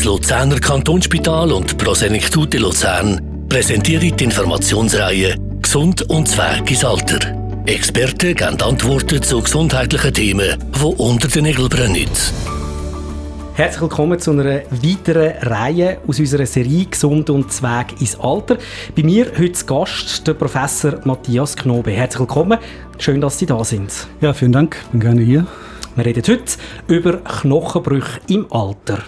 Luzerner Kantonsspital und Prosenektute Luzern präsentieren die Informationsreihe «Gesund und Weg ins Alter». Experten geben Antworten zu gesundheitlichen Themen, die unter den Nägeln brennen. Herzlich willkommen zu einer weiteren Reihe aus unserer Serie «Gesund und Weg ins Alter». Bei mir heute zu Gast der Professor Matthias Knobe. Herzlich willkommen, schön, dass Sie da sind. Ja, vielen Dank, ich bin gerne hier. Wir reden heute über Knochenbrüche im Alter.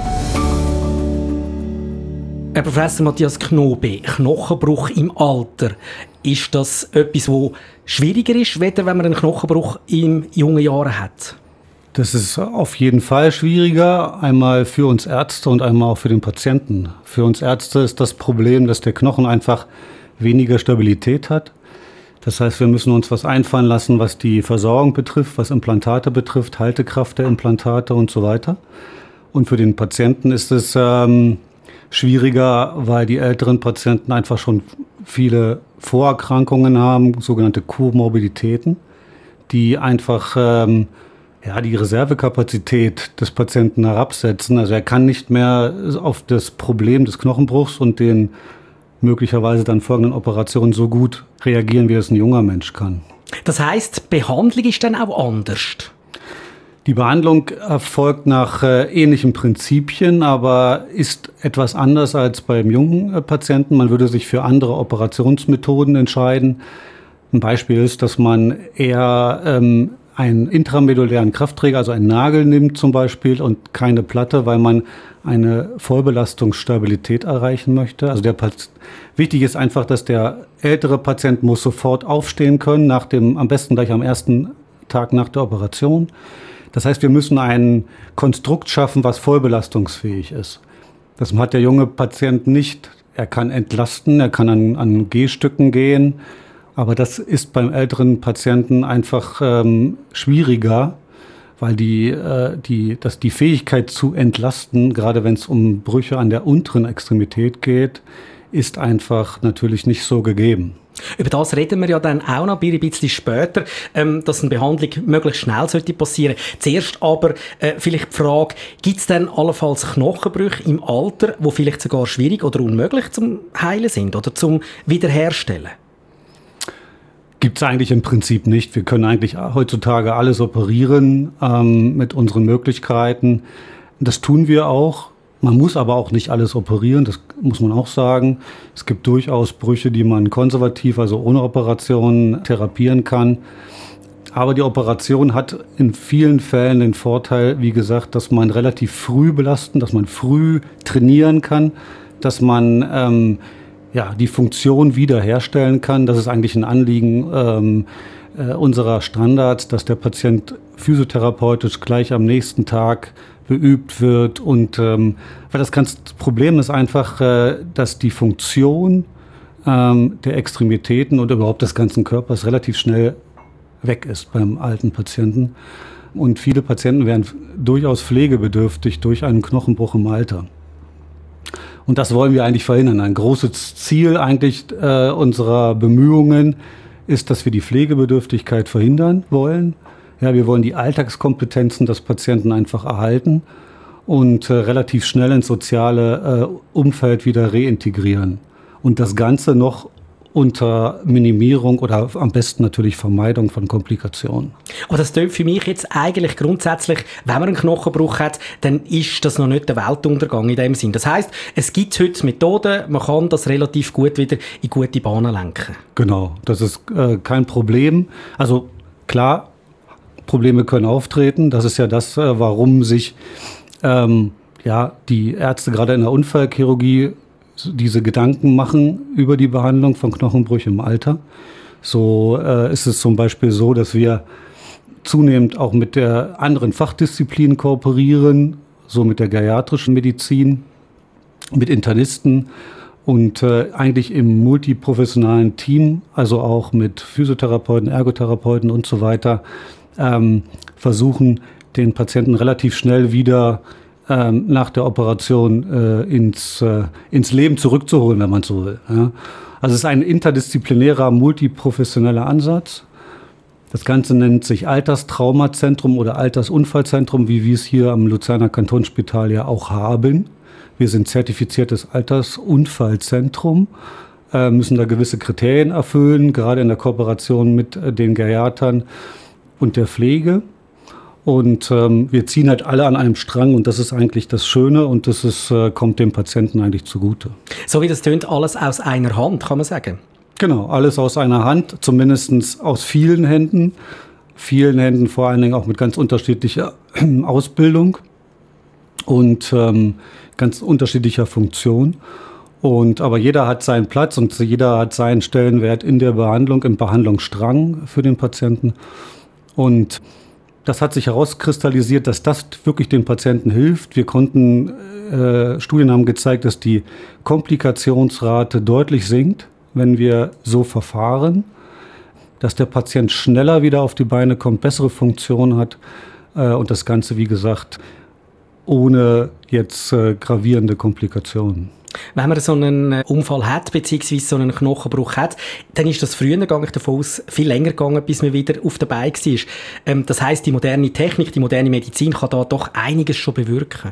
Herr Professor Matthias Knobe, Knochenbruch im Alter. Ist das etwas, das schwieriger ist, wenn man einen Knochenbruch in jungen Jahren hat? Das ist auf jeden Fall schwieriger, einmal für uns Ärzte und einmal auch für den Patienten. Für uns Ärzte ist das Problem, dass der Knochen einfach weniger Stabilität hat. Das heißt, wir müssen uns was einfallen lassen, was die Versorgung betrifft, was Implantate betrifft, Haltekraft der Implantate und so weiter. Und für den Patienten ist es schwieriger, weil die älteren Patienten einfach schon viele Vorerkrankungen haben, sogenannte Komorbiditäten, die einfach die Reservekapazität des Patienten herabsetzen. Also er kann nicht mehr auf das Problem des Knochenbruchs und den möglicherweise dann folgenden Operationen so gut reagieren, wie es ein junger Mensch kann. Das heisst, die Behandlung ist dann auch anders? Die Behandlung erfolgt nach ähnlichen Prinzipien, aber ist etwas anders als beim jungen Patienten. Man würde sich für andere Operationsmethoden entscheiden. Ein Beispiel ist, dass man eher einen intramedulären Kraftträger, also einen Nagel nimmt zum Beispiel und keine Platte, weil man eine Vollbelastungsstabilität erreichen möchte. Also wichtig ist einfach, dass der ältere Patient muss sofort aufstehen können, am besten gleich am ersten Tag nach der Operation. Das heißt, wir müssen ein Konstrukt schaffen, was vollbelastungsfähig ist. Das hat der junge Patient nicht. Er kann entlasten, er kann an Gehstücken gehen. Aber das ist beim älteren Patienten einfach schwieriger, weil die Fähigkeit zu entlasten, gerade wenn es um Brüche an der unteren Extremität geht, ist einfach natürlich nicht so gegeben. Über das reden wir ja dann auch noch ein bisschen später, dass eine Behandlung möglichst schnell passieren sollte. Zuerst aber vielleicht die Frage, gibt es denn allenfalls Knochenbrüche im Alter, die vielleicht sogar schwierig oder unmöglich zum Heilen sind oder zum Wiederherstellen? Gibt es eigentlich im Prinzip nicht. Wir können eigentlich heutzutage alles operieren mit unseren Möglichkeiten. Das tun wir auch. Man muss aber auch nicht alles operieren, das muss man auch sagen. Es gibt durchaus Brüche, die man konservativ, also ohne Operation, therapieren kann. Aber die Operation hat in vielen Fällen den Vorteil, wie gesagt, dass man relativ früh belasten, dass man früh trainieren kann, dass man die Funktion wiederherstellen kann. Das ist eigentlich ein Anliegen unserer Standards, dass der Patient physiotherapeutisch gleich am nächsten Tag beübt wird. Und weil das Problem ist einfach, dass die Funktion der Extremitäten und überhaupt des ganzen Körpers relativ schnell weg ist beim alten Patienten. Und viele Patienten werden durchaus pflegebedürftig durch einen Knochenbruch im Alter. Und das wollen wir eigentlich verhindern. Ein großes Ziel eigentlich unserer Bemühungen ist, dass wir die Pflegebedürftigkeit verhindern wollen. Ja, wir wollen die Alltagskompetenzen des Patienten einfach erhalten und relativ schnell ins soziale Umfeld wieder reintegrieren. Und das Ganze noch unter Minimierung oder am besten natürlich Vermeidung von Komplikationen. Aber das klingt für mich jetzt eigentlich grundsätzlich, wenn man einen Knochenbruch hat, dann ist das noch nicht der Weltuntergang in dem Sinn. Das heisst, es gibt heute Methoden, man kann das relativ gut wieder in gute Bahnen lenken. Genau, das ist kein Problem. Also klar, Probleme können auftreten. Das ist ja das, warum sich die Ärzte gerade in der Unfallchirurgie diese Gedanken machen über die Behandlung von Knochenbrüchen im Alter. So ist es zum Beispiel so, dass wir zunehmend auch mit der anderen Fachdisziplinen kooperieren, so mit der geriatrischen Medizin, mit Internisten und eigentlich im multiprofessionalen Team, also auch mit Physiotherapeuten, Ergotherapeuten und so weiter, versuchen, den Patienten relativ schnell wieder nach der Operation ins Leben zurückzuholen, wenn man so will. Ja. Also es ist ein interdisziplinärer, multiprofessioneller Ansatz. Das Ganze nennt sich Alterstraumazentrum oder Altersunfallzentrum, wie wir es hier am Luzerner Kantonsspital ja auch haben. Wir sind zertifiziertes Altersunfallzentrum, müssen da gewisse Kriterien erfüllen, gerade in der Kooperation mit den Geriatern und der Pflege. Und wir ziehen halt alle an einem Strang und das ist eigentlich das Schöne und kommt dem Patienten eigentlich zugute. So wie das tönt, alles aus einer Hand, kann man sagen? Genau, alles aus einer Hand, zumindest aus vielen Händen. Vielen Händen, vor allen Dingen auch mit ganz unterschiedlicher Ausbildung und ganz unterschiedlicher Funktion. Aber jeder hat seinen Platz und jeder hat seinen Stellenwert in der Behandlung, im Behandlungsstrang für den Patienten. Und das hat sich herauskristallisiert, dass das wirklich den Patienten hilft. Studien haben gezeigt, dass die Komplikationsrate deutlich sinkt, wenn wir so verfahren, dass der Patient schneller wieder auf die Beine kommt, bessere Funktion hat und das Ganze, wie gesagt, ohne jetzt gravierende Komplikationen. Wenn man so einen Unfall hat, beziehungsweise so einen Knochenbruch hat, dann ist das früher, gehe ich davon aus, viel länger gegangen, bis man wieder auf der Beine war. Das heisst, die moderne Technik, die moderne Medizin kann da doch einiges schon bewirken.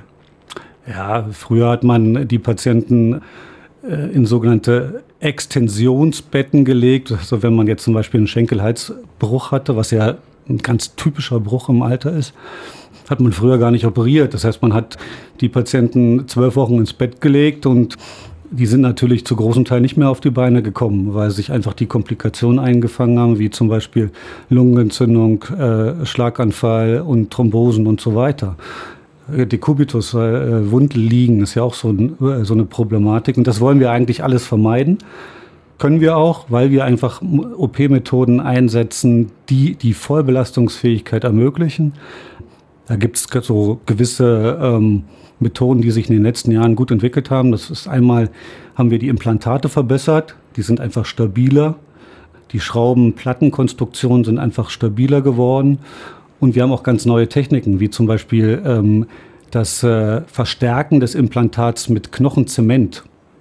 Ja, früher hat man die Patienten in sogenannte Extensionsbetten gelegt. Also wenn man jetzt zum Beispiel einen Schenkelhalsbruch hatte, was ja ein ganz typischer Bruch im Alter ist, hat man früher gar nicht operiert. Das heißt, man hat die Patienten 12 Wochen ins Bett gelegt und die sind natürlich zu großem Teil nicht mehr auf die Beine gekommen, weil sich einfach die Komplikationen eingefangen haben, wie zum Beispiel Lungenentzündung, Schlaganfall und Thrombosen und so weiter. Dekubitus, Wundliegen ist ja auch so eine Problematik und das wollen wir eigentlich alles vermeiden. Können wir auch, weil wir einfach OP-Methoden einsetzen, die die Vollbelastungsfähigkeit ermöglichen. Da gibt es so gewisse Methoden, die sich in den letzten Jahren gut entwickelt haben. Das ist einmal, haben wir die Implantate verbessert, die sind einfach stabiler. Die Schrauben-Plattenkonstruktionen sind einfach stabiler geworden. Und wir haben auch ganz neue Techniken, wie zum Beispiel das Verstärken des Implantats mit Knochenzement.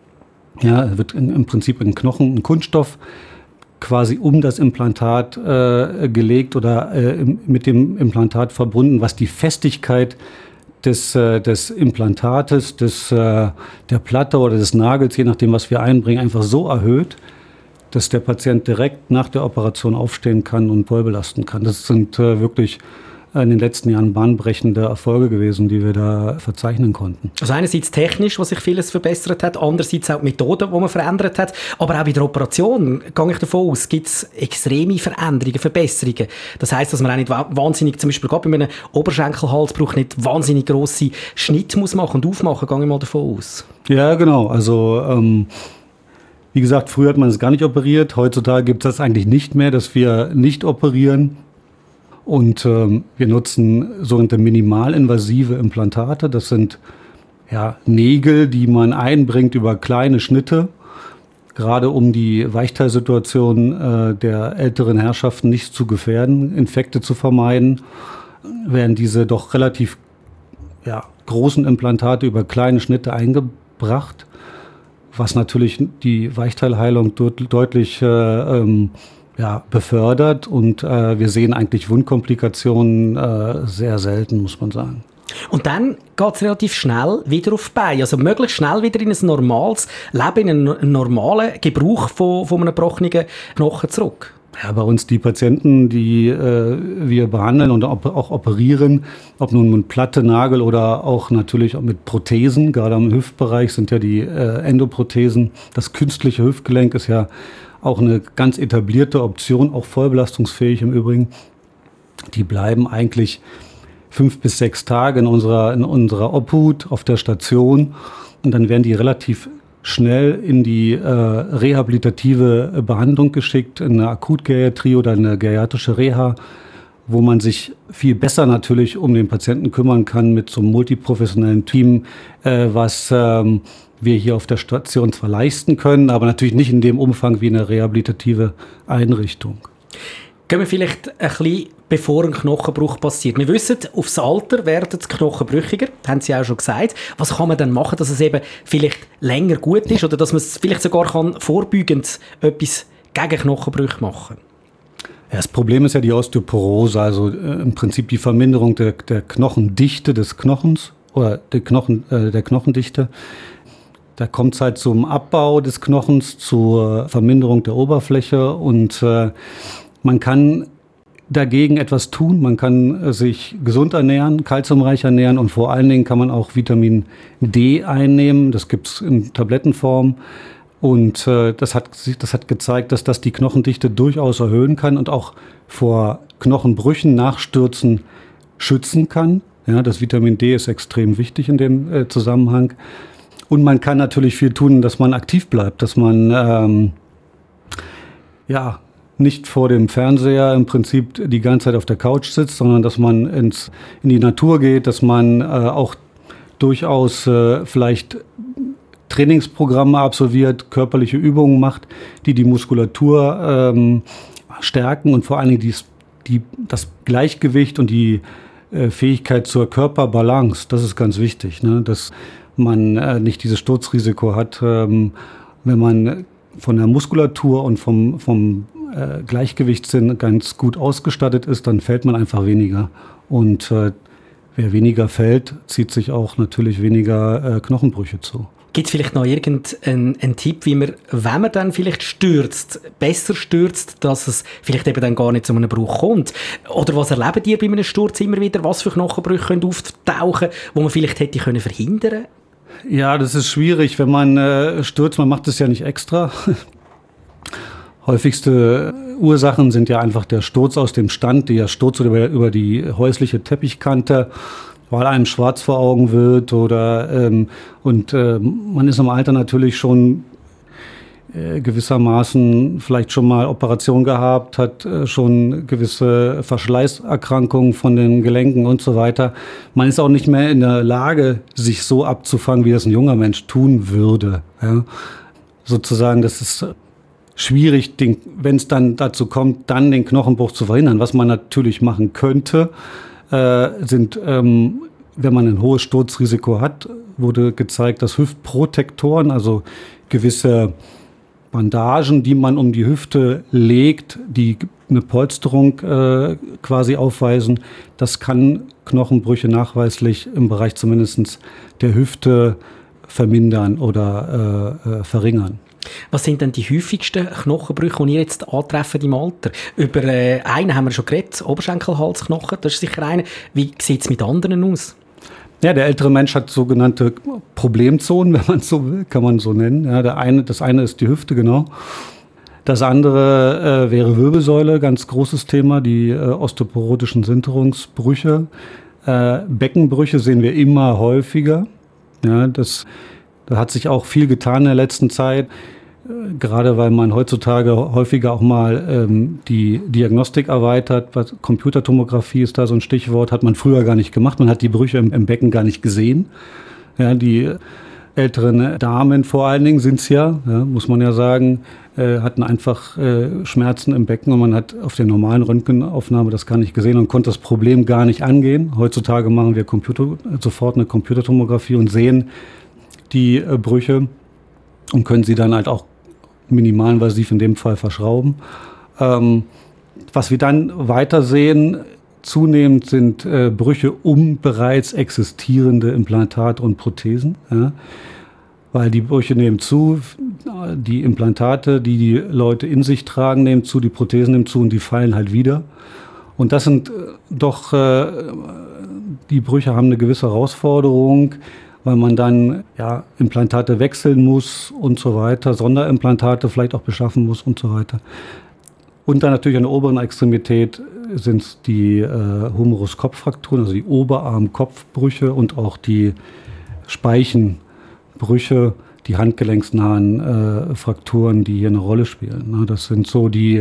Ja, wird im Prinzip ein Kunststoff quasi um das Implantat gelegt oder mit dem Implantat verbunden, was die Festigkeit des Implantates, der Platte oder des Nagels, je nachdem, was wir einbringen, einfach so erhöht, dass der Patient direkt nach der Operation aufstehen kann und vollbelasten kann. Das sind wirklich in den letzten Jahren bahnbrechende Erfolge gewesen, die wir da verzeichnen konnten. Also einerseits technisch, wo sich vieles verbessert hat, andererseits auch die Methoden, die man verändert hat, aber auch bei der Operation, gehe ich davon aus, gibt es extreme Veränderungen, Verbesserungen. Das heisst, dass man auch nicht wahnsinnig, zum Beispiel gerade bei einem Oberschenkelhalsbruch, nicht wahnsinnig grosse Schnitte muss machen und aufmachen, gehe ich mal davon aus. Ja, genau. Also wie gesagt, früher hat man es gar nicht operiert. Heutzutage gibt es das eigentlich nicht mehr, dass wir nicht operieren. Und wir nutzen sogenannte minimalinvasive Implantate. Das sind Nägel, die man einbringt über kleine Schnitte, gerade um die Weichteilsituation der älteren Herrschaften nicht zu gefährden, Infekte zu vermeiden, werden diese doch relativ großen Implantate über kleine Schnitte eingebracht, was natürlich die Weichteilheilung deutlich befördert und wir sehen eigentlich Wundkomplikationen sehr selten, muss man sagen. Und dann geht es relativ schnell wieder auf die Beine, also möglichst schnell wieder in ein normales Leben, in einen normalen Gebrauch von einem gebrochenen Knochen zurück. Ja, bei uns die Patienten, die wir behandeln und auch operieren, ob nun mit Platte, Nagel oder auch natürlich auch mit Prothesen, gerade im Hüftbereich sind ja die Endoprothesen. Das künstliche Hüftgelenk ist ja auch eine ganz etablierte Option, auch vollbelastungsfähig im Übrigen. Die bleiben eigentlich 5 bis 6 Tage in unserer Obhut auf der Station und dann werden die relativ schnell in die rehabilitative Behandlung geschickt, in eine Akutgeriatrie oder eine geriatrische Reha, wo man sich viel besser natürlich um den Patienten kümmern kann mit so einem multiprofessionellen Team, was wir hier auf der Station zwar leisten können, aber natürlich nicht in dem Umfang wie eine rehabilitative Einrichtung. Gehen wir vielleicht ein bisschen, bevor ein Knochenbruch passiert. Wir wissen, aufs Alter werden die Knochen brüchiger, haben Sie auch schon gesagt. Was kann man dann machen, dass es eben vielleicht länger gut ist oder dass man es vielleicht sogar vorbeugend etwas gegen Knochenbrüche machen kann? Ja, das Problem ist ja die Osteoporose, also im Prinzip die Verminderung der Knochendichte des Knochens. oder der Knochendichte. Da kommt es halt zum Abbau des Knochens, zur Verminderung der Oberfläche und man kann dagegen etwas tun. Man kann sich gesund ernähren, kalziumreich ernähren und vor allen Dingen kann man auch Vitamin D einnehmen. Das gibt es in Tablettenform. Und das hat gezeigt, dass das die Knochendichte durchaus erhöhen kann und auch vor Knochenbrüchen, Nachstürzen schützen kann. Ja, das Vitamin D ist extrem wichtig in dem Zusammenhang. Und man kann natürlich viel tun, dass man aktiv bleibt, dass man nicht vor dem Fernseher im Prinzip die ganze Zeit auf der Couch sitzt, sondern dass man in die Natur geht, dass man auch durchaus vielleicht Trainingsprogramme absolviert, körperliche Übungen macht, die Muskulatur stärken und vor allen Dingen das Gleichgewicht und die Fähigkeit zur Körperbalance. Das ist ganz wichtig, ne? Dass man nicht dieses Sturzrisiko hat, wenn man von der Muskulatur und vom Gleichgewichtssinn ganz gut ausgestattet ist, dann fällt man einfach weniger. Und wer weniger fällt, zieht sich auch natürlich weniger Knochenbrüche zu. Gibt es vielleicht noch irgendeinen Tipp, wie man, wenn man dann vielleicht stürzt, besser stürzt, dass es vielleicht eben dann gar nicht zu einem Bruch kommt? Oder was erleben ihr bei einem Sturz immer wieder? Was für Knochenbrüche können auftauchen, wo man vielleicht hätte verhindern können? Ja, das ist schwierig, wenn man stürzt. Man macht es ja nicht extra. Häufigste Ursachen sind ja einfach der Sturz aus dem Stand, der Sturz über die häusliche Teppichkante, weil einem schwarz vor Augen wird oder man ist im Alter natürlich schon gewissermaßen vielleicht schon mal Operation gehabt, hat schon gewisse Verschleißerkrankungen von den Gelenken und so weiter. Man ist auch nicht mehr in der Lage, sich so abzufangen, wie das ein junger Mensch tun würde. Ja? Sozusagen, das ist schwierig, wenn es dann dazu kommt, dann den Knochenbruch zu verhindern. Was man natürlich machen könnte, sind, wenn man ein hohes Sturzrisiko hat, wurde gezeigt, dass Hüftprotektoren, also gewisse Bandagen, die man um die Hüfte legt, die eine Polsterung quasi aufweisen, das kann Knochenbrüche nachweislich im Bereich zumindest der Hüfte vermindern oder verringern. Was sind denn die häufigsten Knochenbrüche, die ihr jetzt antreffen im Alter? Über einen haben wir schon geredet, Oberschenkelhalsknochen, das ist sicher einer. Wie sieht es mit anderen aus? Ja, der ältere Mensch hat sogenannte Problemzonen, wenn man es so will, kann man so nennen. Ja, das eine ist die Hüfte, genau. Das andere wäre Wirbelsäule, ganz großes Thema, die osteoporotischen Sinterungsbrüche. Beckenbrüche sehen wir immer häufiger. Ja, da hat sich auch viel getan in der letzten Zeit, gerade weil man heutzutage häufiger auch mal die Diagnostik erweitert. Computertomographie ist da so ein Stichwort, hat man früher gar nicht gemacht. Man hat die Brüche im Becken gar nicht gesehen. Ja, die älteren Damen vor allen Dingen sind es ja, muss man ja sagen, hatten einfach Schmerzen im Becken und man hat auf der normalen Röntgenaufnahme das gar nicht gesehen und konnte das Problem gar nicht angehen. Heutzutage machen wir sofort eine Computertomographie und sehen die Brüche und können sie dann halt auch minimalinvasiv in dem Fall verschrauben. Was wir dann weiter sehen, zunehmend sind Brüche um bereits existierende Implantate und Prothesen. Ja. Weil die Brüche nehmen zu, die Implantate, die Leute in sich tragen, nehmen zu, die Prothesen nehmen zu und die fallen halt wieder. Und das sind doch, die Brüche haben eine gewisse Herausforderung, weil man dann Implantate wechseln muss und so weiter, Sonderimplantate vielleicht auch beschaffen muss und so weiter. Und dann natürlich an der oberen Extremität sind es die Humerus-Kopffrakturen, also die Oberarm-Kopfbrüche und auch die Speichenbrüche, die handgelenksnahen Frakturen, die hier eine Rolle spielen. Das sind so die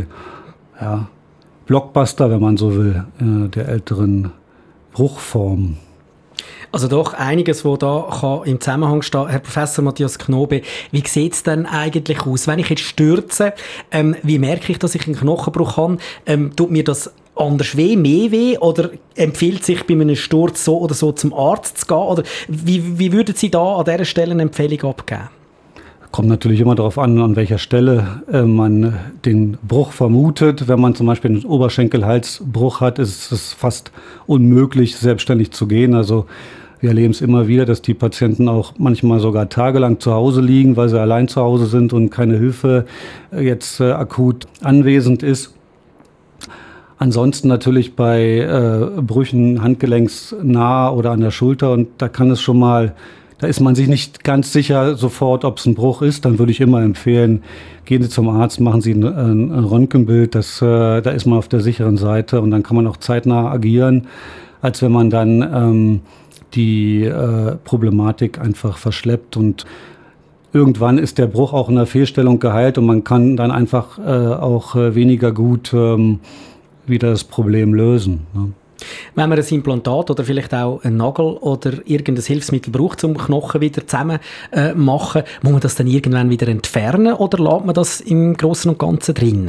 Blockbuster, wenn man so will, der älteren Bruchformen. Also doch einiges, wo da kann im Zusammenhang stehen. Herr Professor Matthias Knobe, wie sieht es denn eigentlich aus? Wenn ich jetzt stürze, wie merke ich, dass ich einen Knochenbruch habe? Tut mir das anders weh, mehr weh? Oder empfiehlt sich bei einem Sturz so oder so zum Arzt zu gehen? Oder wie würden Sie da an dieser Stelle eine Empfehlung abgeben? Kommt natürlich immer darauf an welcher Stelle man den Bruch vermutet. Wenn man zum Beispiel einen Oberschenkelhalsbruch hat, ist es fast unmöglich, selbstständig zu gehen. Also Wir erleben es immer wieder, dass die Patienten auch manchmal sogar tagelang zu Hause liegen, weil sie allein zu Hause sind und keine Hilfe jetzt akut anwesend ist. Ansonsten natürlich bei Brüchen handgelenksnah oder an der Schulter, und da kann es schon mal, da ist man sich nicht ganz sicher sofort, ob es ein Bruch ist. Dann würde ich immer empfehlen, gehen Sie zum Arzt, machen Sie ein Röntgenbild, da ist man auf der sicheren Seite und dann kann man auch zeitnah agieren, als wenn man dann die Problematik einfach verschleppt, und irgendwann ist der Bruch auch in der Fehlstellung geheilt und man kann dann einfach auch weniger gut wieder das Problem lösen. Ne? Wenn man ein Implantat oder vielleicht auch einen Nagel oder irgendein Hilfsmittel braucht, um Knochen wieder zusammen machen, muss man das dann irgendwann wieder entfernen oder lässt man das im Großen und Ganzen drinnen?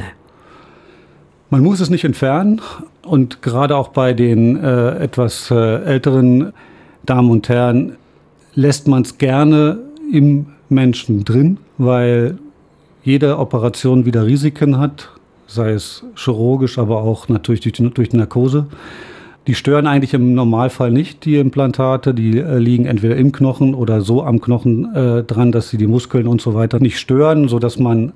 Man muss es nicht entfernen, und gerade auch bei den etwas älteren Damen und Herren lässt man es gerne im Menschen drin, weil jede Operation wieder Risiken hat, sei es chirurgisch, aber auch natürlich durch die Narkose. Die stören eigentlich im Normalfall nicht, die Implantate. Die liegen entweder im Knochen oder so am Knochen dran, dass sie die Muskeln und so weiter nicht stören, sodass man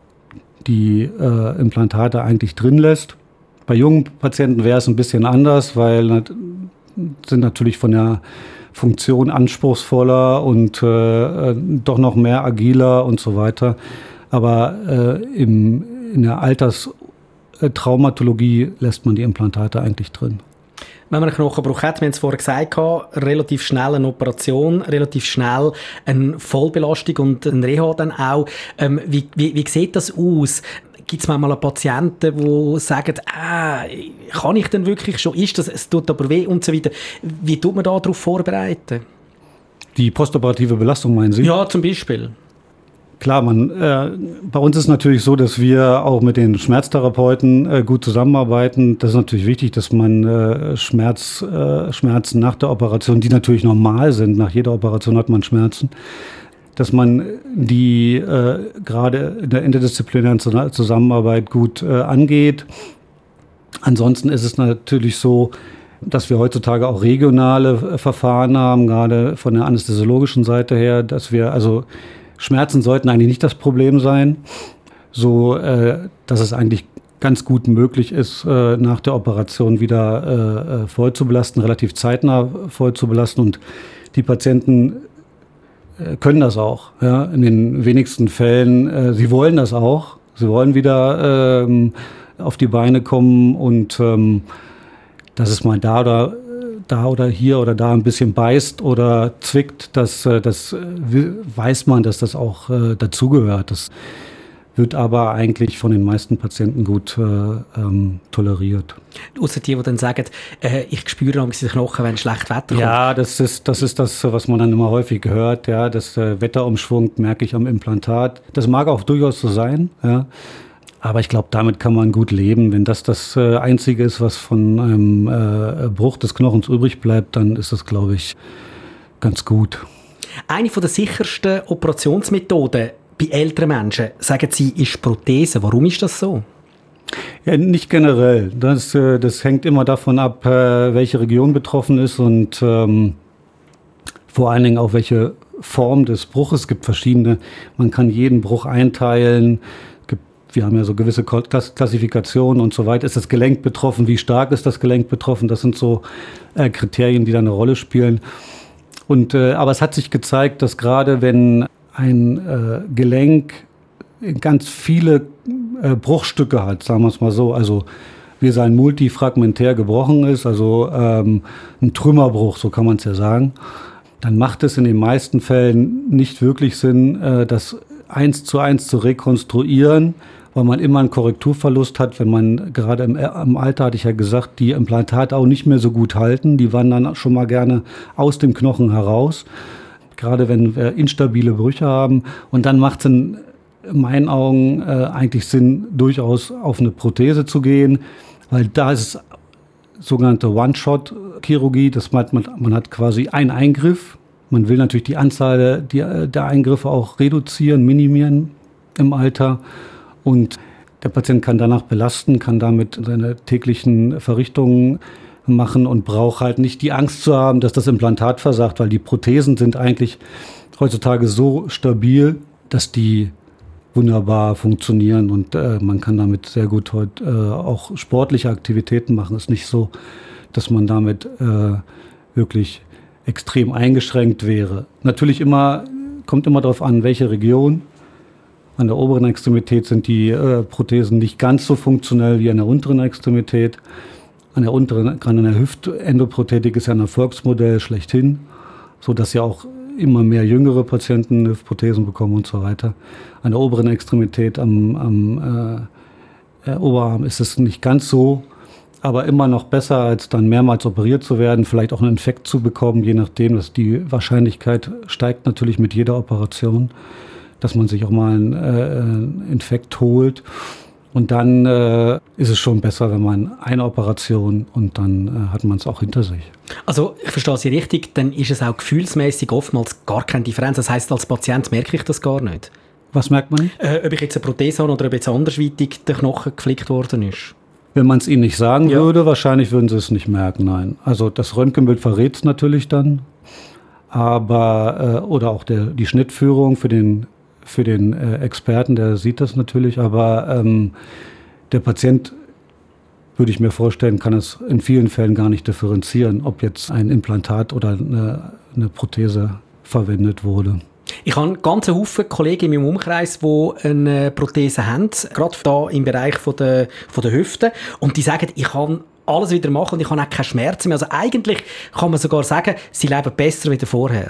die Implantate eigentlich drin lässt. Bei jungen Patienten wäre es ein bisschen anders, weil sind natürlich von der Funktion anspruchsvoller und doch noch mehr agiler und so weiter. Aber in der Alterstraumatologie lässt man die Implantate eigentlich drin. Wenn man einen Knochenbruch hat, wir haben es vorher gesagt, relativ schnell eine Operation, relativ schnell eine Vollbelastung und ein Reha dann auch. Wie sieht das aus? Gibt es manchmal Patienten, die sagen, kann ich denn wirklich schon, ist das, es tut aber weh und so weiter. Wie tut man da darauf vorbereiten? Die postoperative Belastung, meinen Sie? Ja, zum Beispiel. Klar, bei uns ist es natürlich so, dass wir auch mit den Schmerztherapeuten gut zusammenarbeiten. Das ist natürlich wichtig, dass man Schmerzen nach der Operation, die natürlich normal sind, nach jeder Operation hat man Schmerzen, dass man die gerade in der interdisziplinären Zusammenarbeit gut angeht. Ansonsten ist es natürlich so, dass wir heutzutage auch regionale Verfahren haben, gerade von der anästhesiologischen Seite her, dass wir also Schmerzen sollten eigentlich nicht das Problem sein, so dass es eigentlich ganz gut möglich ist, nach der Operation wieder voll zu belasten, relativ zeitnah voll zu belasten, und die Patienten können das auch. Ja? In den wenigsten Fällen, sie wollen das auch, sie wollen wieder auf die Beine kommen, und dass es mal da oder hier oder da ein bisschen beißt oder zwickt, das weiß man, dass das auch dazugehört. Das wird aber eigentlich von den meisten Patienten gut toleriert. Ausser die dann sagen, ich spüre am Knochen, wenn schlecht Wetter kommt. Ja, das ist das, was man dann immer häufig hört. Ja, das Wetterumschwung merke ich am Implantat. Das mag auch durchaus so sein, ja. Aber ich glaube, damit kann man gut leben. Wenn das Einzige ist, was von einem Bruch des Knochens übrig bleibt, dann ist das, glaube ich, ganz gut. Eine der sichersten Operationsmethoden bei älteren Menschen, sagen Sie, ist Prothese. Warum ist das so? Ja, nicht generell. Das hängt immer davon ab, welche Region betroffen ist und vor allen Dingen auch welche Form des Bruches. Es gibt verschiedene. Man kann jeden Bruch einteilen. Wir haben ja so gewisse Klassifikationen und so weiter. Ist das Gelenk betroffen? Wie stark ist das Gelenk betroffen? Das sind so Kriterien, die da eine Rolle spielen. Aber es hat sich gezeigt, dass gerade wenn ein Gelenk ganz viele Bruchstücke hat, sagen wir es mal so, also wie es ein multifragmentär gebrochen ist, also ein Trümmerbruch, so kann man es ja sagen, dann macht es in den meisten Fällen nicht wirklich Sinn, das 1:1 zu rekonstruieren, weil man immer einen Korrekturverlust hat, wenn man gerade im Alter, hatte ich ja gesagt, die Implantate auch nicht mehr so gut halten. Die wandern schon mal gerne aus dem Knochen heraus, gerade wenn wir instabile Brüche haben. Und dann macht es in meinen Augen eigentlich Sinn, durchaus auf eine Prothese zu gehen, weil da ist sogenannte One-Shot-Chirurgie. Man hat quasi einen Eingriff. Man will natürlich die Anzahl der Eingriffe auch reduzieren, minimieren im Alter. Und der Patient kann danach belasten, kann damit seine täglichen Verrichtungen machen und braucht halt nicht die Angst zu haben, dass das Implantat versagt, weil die Prothesen sind eigentlich heutzutage so stabil, dass die wunderbar funktionieren und man kann damit sehr gut heute auch sportliche Aktivitäten machen. Es ist nicht so, dass man damit wirklich extrem eingeschränkt wäre. Natürlich kommt immer darauf an, welche Region. An der oberen Extremität sind die Prothesen nicht ganz so funktionell wie an der unteren Extremität. An der unteren, gerade an der Hüftendoprothetik ist ja ein Erfolgsmodell schlechthin, sodass ja auch immer mehr jüngere Patienten Hüftprothesen bekommen und so weiter. An der oberen Extremität am Oberarm ist es nicht ganz so, aber immer noch besser, als dann mehrmals operiert zu werden, vielleicht auch einen Infekt zu bekommen, je nachdem, dass die Wahrscheinlichkeit steigt natürlich mit jeder Operation, dass man sich auch mal einen Infekt holt. Und dann ist es schon besser, wenn man eine Operation und dann hat man es auch hinter sich. Also ich verstehe Sie richtig, dann ist es auch gefühlsmäßig oftmals gar keine Differenz. Das heisst, als Patient merke ich das gar nicht. Was merkt man nicht? Ob ich jetzt eine Prothese habe oder ob jetzt andersweitig der Knochen geflickt worden ist. Wenn man es Ihnen nicht sagen würde, wahrscheinlich würden Sie es nicht merken, nein. Also das Röntgenbild verrät es natürlich dann, aber oder auch die Schnittführung für den Experten, der sieht das natürlich, aber der Patient, würde ich mir vorstellen, kann es in vielen Fällen gar nicht differenzieren, ob jetzt ein Implantat oder eine Prothese verwendet wurde. Ich habe ganz Haufen Kollegen in meinem Umkreis, die eine Prothese haben, gerade da im Bereich von der Hüfte, und die sagen, ich kann alles wieder machen und ich habe auch keine Schmerzen mehr. Also eigentlich kann man sogar sagen, sie leben besser wie vorher.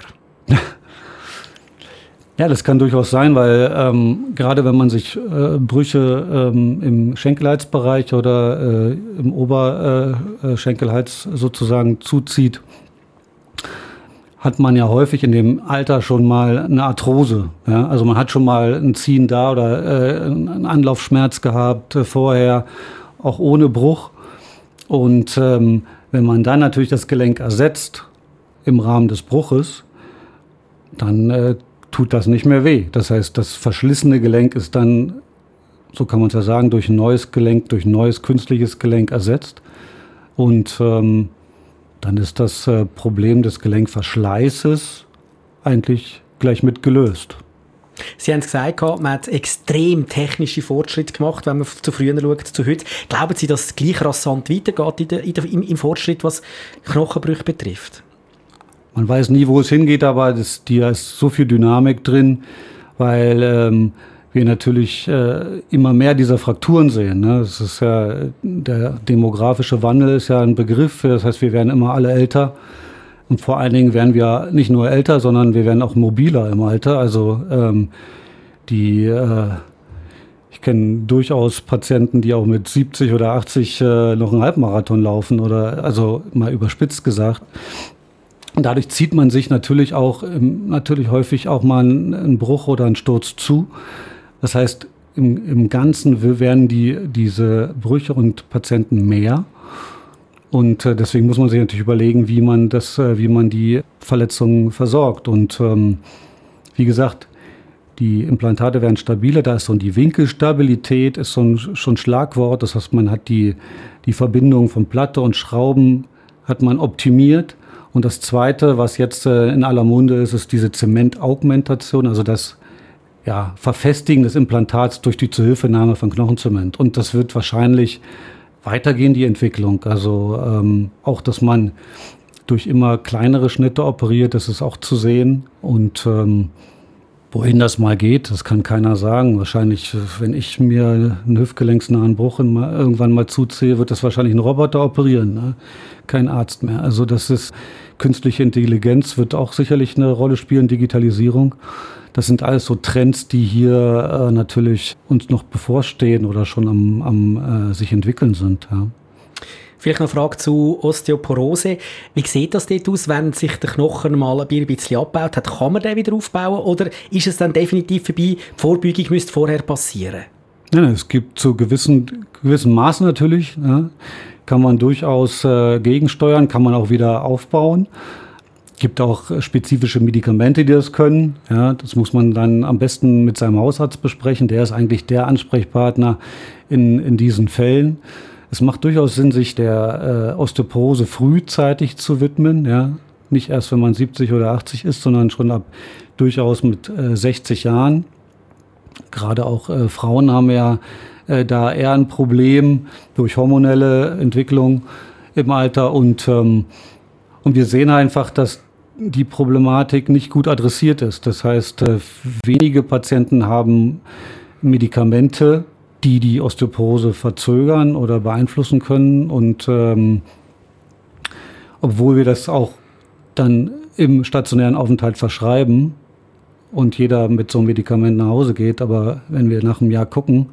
Ja, das kann durchaus sein, weil gerade wenn man sich Brüche im Schenkelhalsbereich oder im Oberschenkelhals sozusagen zuzieht, hat man ja häufig in dem Alter schon mal eine Arthrose. Ja? Also man hat schon mal ein Ziehen da oder einen Anlaufschmerz gehabt vorher, auch ohne Bruch. Und wenn man dann natürlich das Gelenk ersetzt im Rahmen des Bruches, dann tut das nicht mehr weh. Das heißt, das verschlissene Gelenk ist dann, so kann man es ja sagen, durch ein neues Gelenk, durch ein neues künstliches Gelenk ersetzt. Und dann ist das Problem des Gelenkverschleißes eigentlich gleich mit gelöst. Sie haben es gesagt, man hat extrem technische Fortschritte gemacht, wenn man zu früher schaut, zu heute. Glauben Sie, dass es gleich rasant weitergeht im Fortschritt, was Knochenbrüche betrifft? Man weiß nie, wo es hingeht, aber da ist so viel Dynamik drin, weil wir natürlich immer mehr dieser Frakturen sehen. Ne? Das ist ja, der demografische Wandel ist ja ein Begriff. Das heißt, wir werden immer alle älter. Und vor allen Dingen werden wir nicht nur älter, sondern wir werden auch mobiler im Alter. Also ich kenne durchaus Patienten, die auch mit 70 oder 80 noch einen Halbmarathon laufen oder, also mal überspitzt gesagt. Und dadurch zieht man sich natürlich häufig auch mal einen Bruch oder einen Sturz zu. Das heißt, im Ganzen werden diese Brüche und Patienten mehr. Und deswegen muss man sich natürlich überlegen, wie man die Verletzungen versorgt. Und wie gesagt, die Implantate werden stabiler. Da ist so die Winkelstabilität ist schon ein Schlagwort. Das heißt, man hat die Verbindung von Platte und Schrauben hat man optimiert. Und das Zweite, was jetzt in aller Munde ist diese Zementaugmentation, also das Verfestigen des Implantats durch die Zuhilfenahme von Knochenzement. Und das wird wahrscheinlich weitergehen, die Entwicklung. Also auch, dass man durch immer kleinere Schnitte operiert, das ist auch zu sehen. Und wohin das mal geht, das kann keiner sagen. Wahrscheinlich, wenn ich mir einen hüftgelenksnahen Bruch irgendwann mal zuziehe, wird das wahrscheinlich ein Roboter operieren, ne? Kein Arzt mehr. Also das ist künstliche Intelligenz, wird auch sicherlich eine Rolle spielen, Digitalisierung. Das sind alles so Trends, die hier natürlich uns noch bevorstehen oder schon am sich entwickeln sind. Ja. Vielleicht noch eine Frage zu Osteoporose. Wie sieht das dort aus, wenn sich der Knochen mal ein bisschen abgebaut hat? Kann man den wieder aufbauen oder ist es dann definitiv vorbei? Die Vorbeugung müsste vorher passieren? Ja, es gibt zu gewissen Maßen natürlich, ja, kann man durchaus gegensteuern, kann man auch wieder aufbauen. Es gibt auch spezifische Medikamente, die das können. Ja, das muss man dann am besten mit seinem Hausarzt besprechen. Der ist eigentlich der Ansprechpartner in diesen Fällen. Es macht durchaus Sinn, sich der Osteoporose frühzeitig zu widmen. Ja? Nicht erst, wenn man 70 oder 80 ist, sondern schon ab durchaus mit 60 Jahren. Gerade auch Frauen haben ja da eher ein Problem durch hormonelle Entwicklung im Alter. Und wir sehen einfach, dass die Problematik nicht gut adressiert ist. Das heißt, wenige Patienten haben Medikamente, die die Osteoporose verzögern oder beeinflussen können. Und obwohl wir das auch dann im stationären Aufenthalt verschreiben und jeder mit so einem Medikament nach Hause geht, aber wenn wir nach einem Jahr gucken,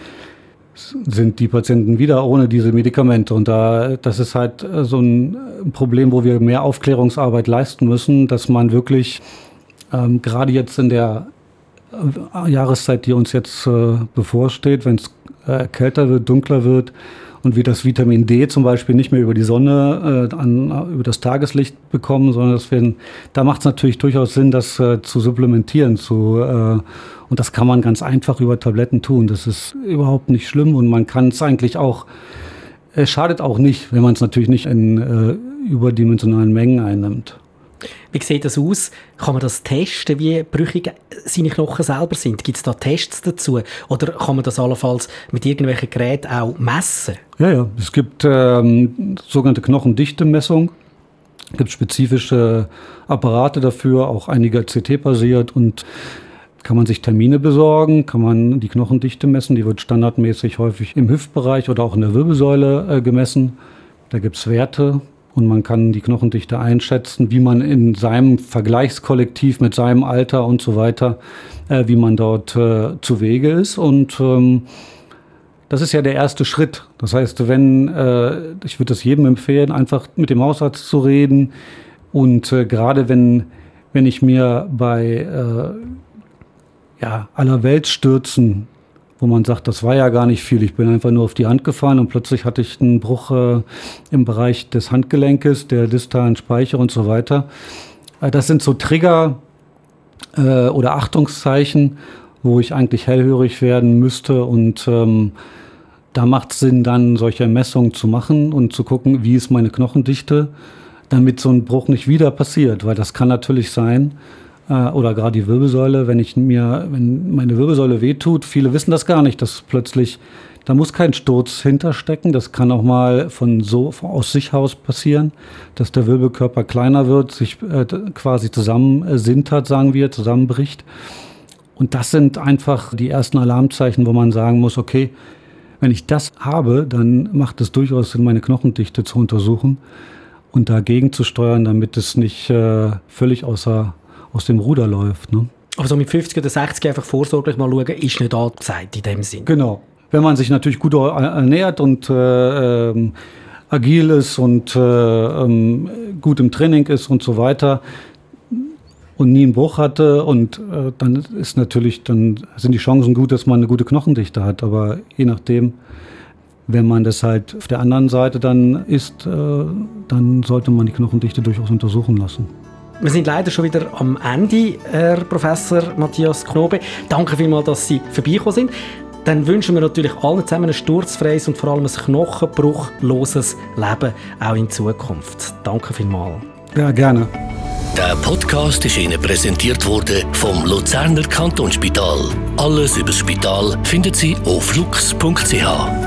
sind die Patienten wieder ohne diese Medikamente. Und das ist halt so ein Problem, wo wir mehr Aufklärungsarbeit leisten müssen, dass man wirklich gerade jetzt in der Jahreszeit, die uns jetzt bevorsteht, wenn es kälter wird, dunkler wird und wir das Vitamin D zum Beispiel nicht mehr über die Sonne, über das Tageslicht bekommen, sondern da macht es natürlich durchaus Sinn, das zu supplementieren, und das kann man ganz einfach über Tabletten tun. Das ist überhaupt nicht schlimm und man kann es eigentlich auch, es schadet auch nicht, wenn man es natürlich nicht in überdimensionalen Mengen einnimmt. Wie sieht das aus? Kann man das testen, wie brüchig seine Knochen selber sind? Gibt es da Tests dazu? Oder kann man das allenfalls mit irgendwelchen Geräten auch messen? Ja. Es gibt sogenannte Knochendichte-Messung. Es gibt spezifische Apparate dafür, auch einige CT-basiert, und kann man sich Termine besorgen, kann man die Knochendichte messen. Die wird standardmäßig häufig im Hüftbereich oder auch in der Wirbelsäule gemessen. Da gibt es Werte. Und man kann die Knochendichte einschätzen, wie man in seinem Vergleichskollektiv mit seinem Alter und so weiter, wie man dort zu Wege ist. Und das ist ja der erste Schritt. Das heißt, ich würde das jedem empfehlen, einfach mit dem Hausarzt zu reden. Und gerade wenn ich mir bei Allerweltsstürzen, wo man sagt, das war ja gar nicht viel, ich bin einfach nur auf die Hand gefallen und plötzlich hatte ich einen Bruch im Bereich des Handgelenkes, der distalen Speicher und so weiter. Das sind so Trigger oder Achtungszeichen, wo ich eigentlich hellhörig werden müsste, und da macht es Sinn, dann solche Messungen zu machen und zu gucken, wie ist meine Knochendichte, damit so ein Bruch nicht wieder passiert, weil das kann natürlich sein, oder gerade die Wirbelsäule, wenn meine Wirbelsäule wehtut, viele wissen das gar nicht, dass plötzlich, da muss kein Sturz hinterstecken, das kann auch mal aus sich aus passieren, dass der Wirbelkörper kleiner wird, sich quasi zusammensintert, sagen wir, zusammenbricht. Und das sind einfach die ersten Alarmzeichen, wo man sagen muss, okay, wenn ich das habe, dann macht es durchaus Sinn, meine Knochendichte zu untersuchen und dagegen zu steuern, damit es nicht völlig aus dem Ruder läuft. Ne? Also mit 50 oder 60 einfach vorsorglich mal schauen, ist nicht angesagt in dem Sinn. Genau. Wenn man sich natürlich gut ernährt und agil ist und gut im Training ist und so weiter und nie einen Bruch hatte, und dann sind die Chancen gut, dass man eine gute Knochendichte hat. Aber je nachdem, wenn man das halt auf der anderen Seite dann ist, dann sollte man die Knochendichte durchaus untersuchen lassen. Wir sind leider schon wieder am Ende, Herr Professor Matthias Knobe. Danke vielmals, dass Sie vorbeigekommen sind. Dann wünschen wir natürlich allen zusammen ein sturzfreies und vor allem ein knochenbruchloses Leben, auch in Zukunft. Danke vielmals. Ja, gerne. Der Podcast ist Ihnen präsentiert worden vom Luzerner Kantonsspital. Alles über das Spital finden Sie auf lux.ch.